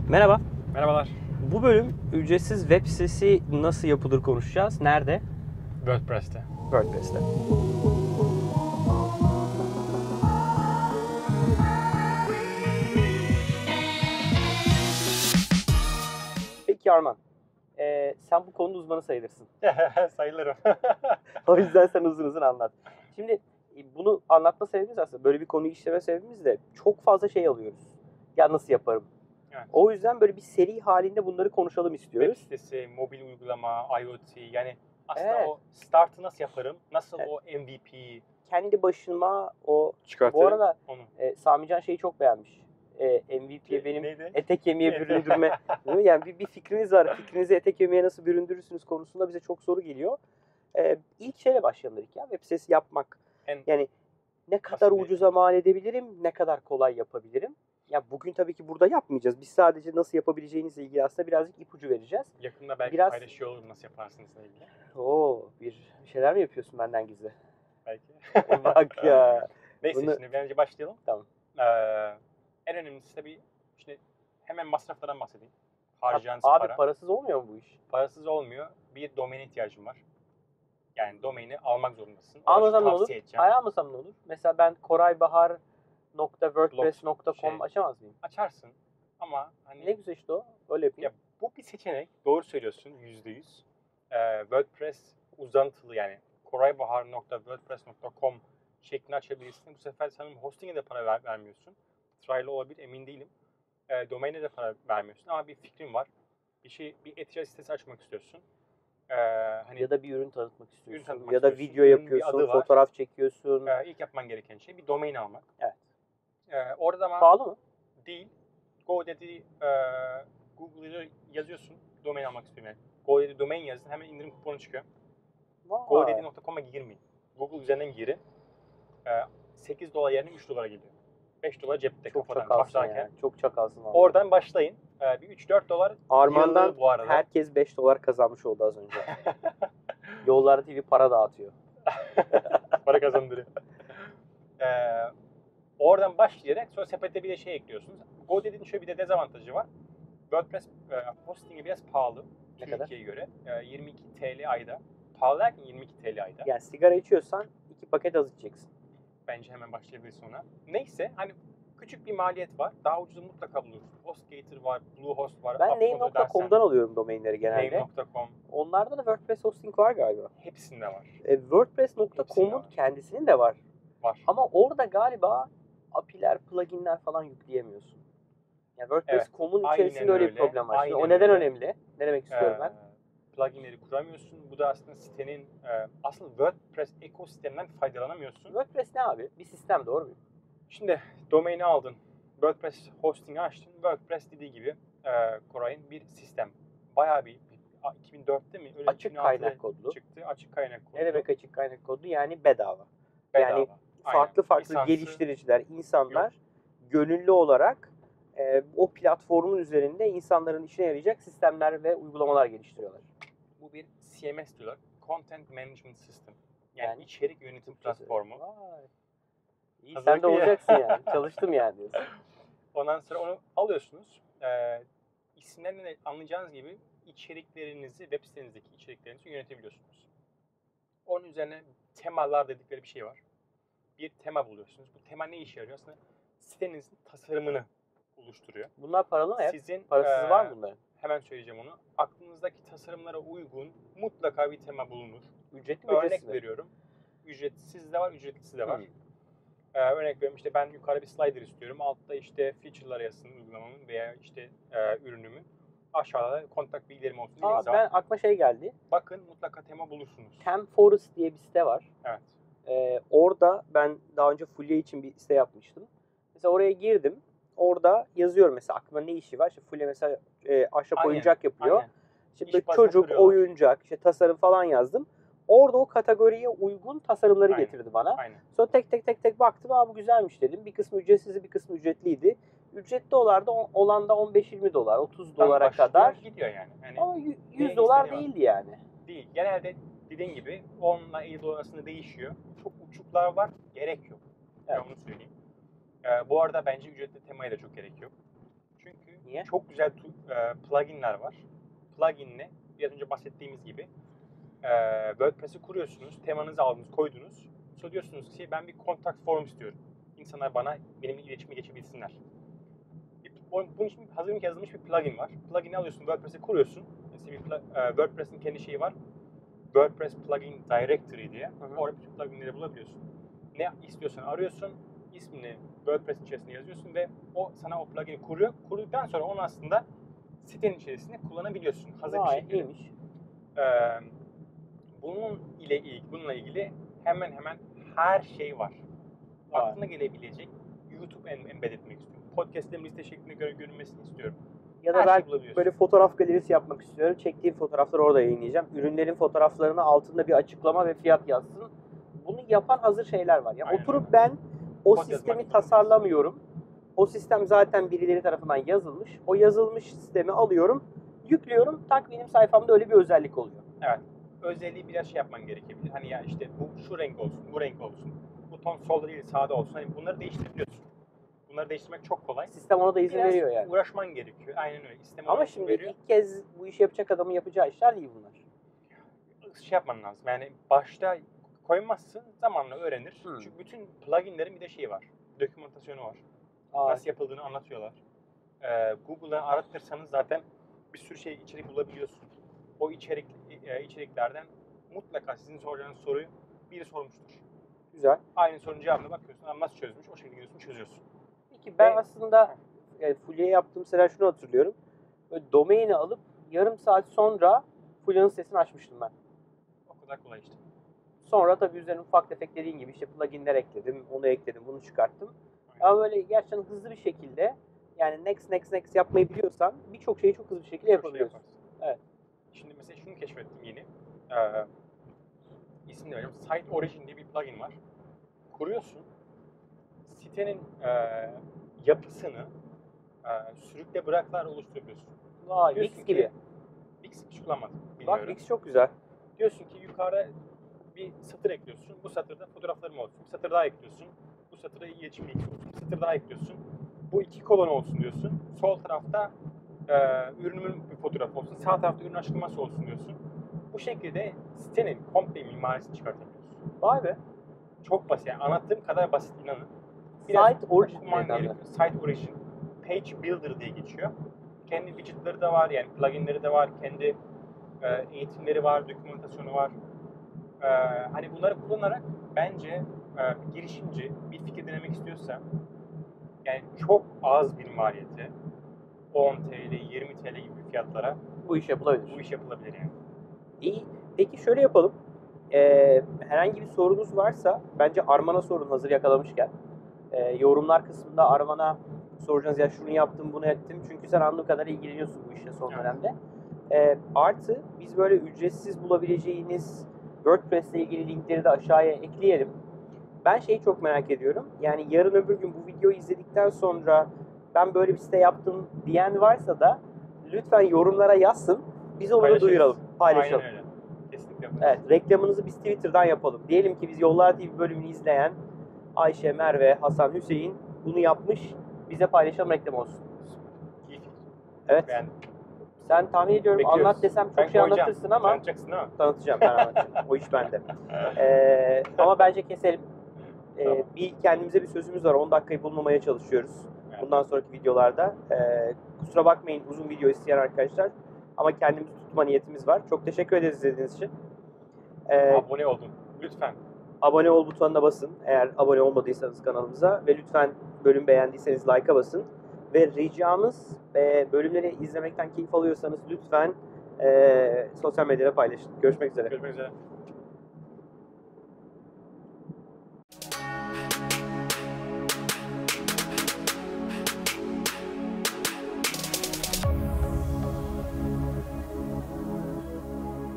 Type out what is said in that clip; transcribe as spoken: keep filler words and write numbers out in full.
Merhaba. Merhabalar. Bu bölüm ücretsiz web sitesi nasıl yapılır konuşacağız. Nerede? WordPress'te. WordPress'te. Peki Arman, ee, sen bu konuda uzmanı sayılırsın. Sayılırım. O yüzden sen uzun uzun anlat. Şimdi bunu anlatma sebebimiz aslında böyle bir konuyu işleme sebebimiz de çok fazla şey alıyoruz. Ya nasıl yaparım? Evet. O yüzden böyle bir seri halinde bunları konuşalım istiyoruz. Web sitesi, mobil uygulama, IoT, yani aslında Evet. o start'ı nasıl yaparım? Nasıl Evet. o M V P'yi Kendi başıma o... çıkartırım? Bu arada onu. e, Samican şeyi çok beğenmiş. E, M V P'ye benim Neydi? ete kemiğe büründürme. Yani bir, bir fikriniz var. Fikrinizi ete kemiğe nasıl büründürürsünüz konusunda bize çok soru geliyor. E, ilk şeyle başlayalım dedik ya. Web sitesi yapmak. En Yani ne kadar basit ucuza mal edebilirim, ne kadar kolay yapabilirim. Ya bugün tabii ki burada yapmayacağız. Biz sadece nasıl yapabileceğinizle ilgili aslında birazcık ipucu vereceğiz. yakında belki Biraz- paylaşıyor olurum nasıl yaparsınızla ilgili. Oo, bir şeyler mi yapıyorsun benden gizli? Belki. Bak ya. Neyse Bunu- şimdi bence başlayalım. Tamam. Ee, en önemlisi tabii şimdi hemen masraflardan bahsedeyim. Harcayacağınız Abi para. parasız olmuyor mu bu iş? Parasız olmuyor. Bir domaine ihtiyacım var. Yani domaini almak zorundasın. Almasam ne olur? Tavsiye edeceğim. Hayır almasam ne olur? Mesela ben koraybahar nokta wordpress nokta com Şey- açamaz mıyım? Açarsın ama hani Ne güzel işte o. Öyle yapayım. ya bu bir seçenek. Doğru söylüyorsun yüzde yüz. Ee, WordPress uzantılı yani koraybahar nokta wordpress nokta com şeklinde açabilirsin. Bu sefer sanırım hosting'e de para ver, vermiyorsun. Trial olabilir emin değilim. Ee, domaine de para vermiyorsun ama bir fikrin var. Bir şey bir e-ticaret sitesi açmak istiyorsun. Ee, hani Ya da bir ürün tanıtmak istiyorsun. Ürün tanıtmak ya da istiyorsun. video Ürünün bir yapıyorsun, adı var. fotoğraf çekiyorsun. e, ilk yapman gereken şey bir domain almak. Evet. Ee, orada ama Pahalı mı? değil. GoDaddy e, Google'da yazıyorsun. Domain almak istiyorum yani. GoDaddy domain yazın hemen indirim kuponu çıkıyor. Vay. GoDaddy nokta com'a girmeyin. Google üzerinden girin. E, sekiz dolar yerine üç dolara geliyor. beş dolar cepte Çok kafadan çakalsın başlarken. ya. Çok çakalsın abi. Oradan başlayın. E, bir üç dört dolar Arman'dan yıllığı bu arada. herkes beş dolar kazanmış oldu az önce. Yollarda T V para dağıtıyor. Para kazandırıyor. e, oradan başlayarak sonra sepete bir de şey ekliyorsunuz. GoDaddy'nin şöyle bir de dezavantajı var. WordPress e, hosting'i biraz pahalı. Ne kadar? Türkiye'ye göre. E, yirmi iki TL ayda. Pahalı derken yirmi iki TL ayda. Yani sigara içiyorsan iki paket az içeceksin. Bence hemen başlayabilirsin ona. Neyse hani küçük bir maliyet var. Daha ucuzu mutlaka bulursun. HostGator var, Bluehost var. Ben Upload name nokta edersen com'dan alıyorum domainleri genelde. name nokta com Onlarda da WordPress hosting var galiba. hepsinde var. E, WordPress nokta com'un Hepsinde var. kendisinin de var. Var. Ama orada galiba apiler, pluginler falan yükleyemiyorsun. Yani WordPress nokta com'un aynen içerisinde öyle bir öyle, problem var. Şimdi o aynen neden öyle. önemli? Ne demek istiyorum Ee, ben? Pluginleri kuramıyorsun. Bu da aslında sitenin e, aslında WordPress ekosisteminden faydalanamıyorsun. WordPress ne abi? Bir sistem, doğru mu? Şimdi domaini aldın. WordPress hosting'i açtın. WordPress dediği gibi e, Koray'ın bir sistem. Bayağı bir, bir iki bin dörtte mi? Öyle Açık kaynak kodlu. çıktı. Açık kaynak kodlu. Ne demek açık kaynak kodlu? Yani bedava. Bedava. Yani Aynen. farklı farklı Lisansı geliştiriciler, insanlar gönüllü olarak e, o platformun üzerinde insanların işine yarayacak sistemler ve uygulamalar geliştiriyorlar. Bu bir C M S diyorlar. Content Management System. Yani, Yani içerik yönetim platformu. Vay. İyi, Hazır sen de ki ya. olacaksın yani. Çalıştım yani diyorsun. Ondan sonra onu alıyorsunuz. Ee, isimlerinden de anlayacağınız gibi içeriklerinizi, web sitenizdeki içeriklerinizi yönetebiliyorsunuz. Onun üzerine temalar dedikleri bir şey var. Bir tema buluyorsunuz. Bu tema ne işe yarıyor? Aslında sitenizin tasarımını oluşturuyor. Bunlar paralı mı hep? Sizin Parasız e, var mı bunların? Hemen söyleyeceğim onu. Aklınızdaki tasarımlara uygun mutlaka bir tema bulunur. Ücretli mi, ücretsiz Örnek mi? veriyorum. Ücretsiz de var, ücretlisi de var. Hmm. Ee, örnek veriyorum işte ben yukarı bir slider istiyorum. Altta işte feature'lar yazsın uygulamamın veya işte e, ürünümün. Aşağıda da kontak bilgilerim olsun. Aa, dediğiniz ben zaman aklıma şey geldi. bakın mutlaka tema bulursunuz. TemForest diye bir site var. Evet. Ee, orada ben daha önce Fulya için bir site yapmıştım. Mesela oraya girdim. Orada yazıyorum mesela aklıma ne işi var. İşte Fulya mesela e, ahşap Aynen, oyuncak yapıyor. aynen. İşte İş böyle bazında çocuk, kuruyorlar. oyuncak, işte tasarım falan yazdım. Orada o kategoriye uygun tasarımları Aynen, getirdi bana. Aynen. Sonra tek tek tek tek baktım. Aa bu güzelmiş dedim. Bir kısmı ücretsizdi, bir kısmı ücretliydi. Ücretli olan da olan da on beş yirmi dolar, otuz Tam dolara başlıyor, kadar. gidiyor yani. Yani Ama y- neyin yüz dolar istediği var. değildi yani. Değil. Genelde dediğin gibi on ile elli dolar arasında değişiyor. Çok uçuklar var. Gerek yok. Evet. Ben onu söyleyeyim. Ee, bu arada bence ücretli temaya da çok gerek yok. Çünkü Niye? Çok güzel tu- e, pluginler var. Pluginle biraz önce bahsettiğimiz gibi e, WordPress'i kuruyorsunuz, temanızı aldınız, koydunuz. Sonra diyorsunuz ki ben bir contact form istiyorum. İnsanlar bana benimle iletişime geçebilsinler. Bir- Bunun için hazır yazılmış bir plugin var. Plugin'i alıyorsun, WordPress'i kuruyorsun. Mesela bir pla- e, WordPress'in kendi şeyi var. WordPress Plugin Directory diye. Hı hı. Orada bütün pluginleri bulabiliyorsun. Ne istiyorsan arıyorsun, ismini WordPress içerisinde yazıyorsun ve o sana o plugin'i kuruyor. Kurduktan sonra onu aslında sitenin içerisinde kullanabiliyorsun. Hazır bir Vay, şekilde. iyiymiş. Ee, bunun ile ilgili, bununla ilgili hemen hemen her şey var. Vay. Aklına gelebilecek YouTube em- embed etmek istiyorum. Podcast'lerin liste şeklinde gör- görünmesini istiyorum. Ya da Her ben şeyi bulabiliyorsun. böyle fotoğraf galerisi yapmak istiyorum. Çektiğim fotoğrafları orada yayınlayacağım. Ürünlerin fotoğraflarını altında bir açıklama ve fiyat yazsın. Bunu yapan hazır şeyler var. Ya Aynen oturup öyle. ben o Kod sistemi yazmak tasarlamıyorum. O sistem zaten birileri tarafından yazılmış. O yazılmış sistemi alıyorum, yüklüyorum. Tak benim sayfamda öyle bir özellik oluyor. Evet. Özelliği biraz şey yapman gerekebilir. Hani ya işte bu şu renk olsun, bu renk olsun. Bu ton solda değil sağda olsun. Hani bunları değiştirebiliyorsun. Bunları değiştirmek çok kolay. Sistem ona da izin Biraz veriyor yani. uğraşman gerekiyor. Aynen öyle. İsteme Ama olarak şimdi veriyor. ilk kez bu işi yapacak adamın yapacağı işler değil bunlar. Şey yapman lazım. Yani başta koymazsın, zamanla öğrenir. Hmm. Çünkü bütün pluginlerin bir de şeyi var. Dokümantasyonu var. Aa, Nasıl yapıldığını anlatıyorlar. Ee, Google'dan aratırsanız zaten bir sürü şey içerik bulabiliyorsun. O içerik e, içeriklerden mutlaka sizin soracağınız soruyu biri sormuştur. güzel. Aynı sorunun cevabına bakıyorsun. Adam nasıl çözmüş? O şekilde gidiyorsun, çözüyorsun. Peki ben Ve- aslında yani Fulya'ya yaptığım sıra şunu hatırlıyorum. Böyle domaini alıp yarım saat sonra Fulya'nın sitesini açmıştım ben. O kadar kolay işte. Sonra tabii üzerine ufak tefek dediğin gibi işte pluginler ekledim, onu ekledim, bunu çıkarttım. Aynen. Ama böyle gerçekten hızlı bir şekilde yani next next next yapmayı biliyorsan birçok şeyi çok hızlı bir şekilde Çok şey yapabiliyorsun. yaparsın. Evet. Şimdi mesela şunu keşfettim yeni. Ee, ismini veriyorum. Site Origin diye bir plugin var. Kuruyorsun. Sitenin e, yapısını e, sürükle bıraklar oluşturabiliyorsun. Vay, Diyorsun Wix ki- gibi. Wix hiç kullanmadım. Bak Bilmiyorum. Wix çok güzel. Diyorsun ki yukarıda bir satır ekliyorsun. Bu satırda fotoğraflarım olsun. Bir satır daha ekliyorsun. Bu satırda iletişim bilgisi olsun. Bir satır daha ekliyorsun. Bu iki kolon olsun diyorsun. Sol tarafta e, ürünümün bir fotoğrafı olsun. Sağ tarafta ürün açıklaması olsun diyorsun. Bu şekilde sitenin komple mimarisini çıkartabiliyorsun. Vay be. Çok basit. Yani anlattığım kadar basit inanın. Site Origin okuman neden? gerekiyor. Site Origin. Page Builder diye geçiyor. Kendi widgetleri de var. Yani pluginleri de var. Kendi e, eğitimleri var. Dokümantasyonu var. E, hani bunları kullanarak bence e, bir girişimci bir fikir denemek istiyorsa yani çok az bir maliyete on TL, yirmi TL gibi fiyatlara Bu iş yapılabilir. bu iş yapılabilir yani. İyi. Peki şöyle yapalım. Ee, herhangi bir sorunuz varsa bence Arman'a sorun hazır yakalamışken. Ee, yorumlar kısmında Arman'a soracağınız ya şunu yaptım bunu ettim. Çünkü sen anladığım kadar ilgileniyorsun bu işle son Evet. dönemde. Ee, artı biz böyle ücretsiz bulabileceğiniz WordPress ile ilgili linkleri de aşağıya ekleyelim. Ben şeyi çok merak ediyorum. Yani yarın öbür gün bu videoyu izledikten sonra ben böyle bir site yaptım diyen varsa da lütfen yorumlara yazsın. Biz onu da Paylaşırız. duyuralım, paylaşalım. Aynen öyle. Kesinlikle. Evet, reklamınızı biz Twitter'dan yapalım. Diyelim ki biz Yollar T V bölümünü izleyen Ayşe, Merve, Hasan, Hüseyin bunu yapmış. Bize paylaşalım, reklam olsun. İyi fikir. Evet. Beğendim. Sen tahmin ediyorum Bekliyoruz. anlat desem çok Ben şey koyacağım. anlatırsın ama Tanıtacaksın değil mi? tanıtacağım, ben anlatacağım. O iş bende. Ee, ama bence keselim. Ee, Tamam. bir kendimize bir sözümüz var. on dakikayı bulmamaya çalışıyoruz. Evet. Bundan sonraki videolarda. Ee, kusura bakmayın uzun video isteyen arkadaşlar. Ama kendimizi tutma niyetimiz var. Çok teşekkür ederiz izlediğiniz için. Ee, Abone oldum. Lütfen. Abone ol butonuna basın eğer abone olmadıysanız kanalımıza ve lütfen bölüm beğendiyseniz like'a basın. Ve ricamız e, bölümleri izlemekten keyif alıyorsanız lütfen e, sosyal medyada paylaşın. Görüşmek üzere. Görüşmek üzere.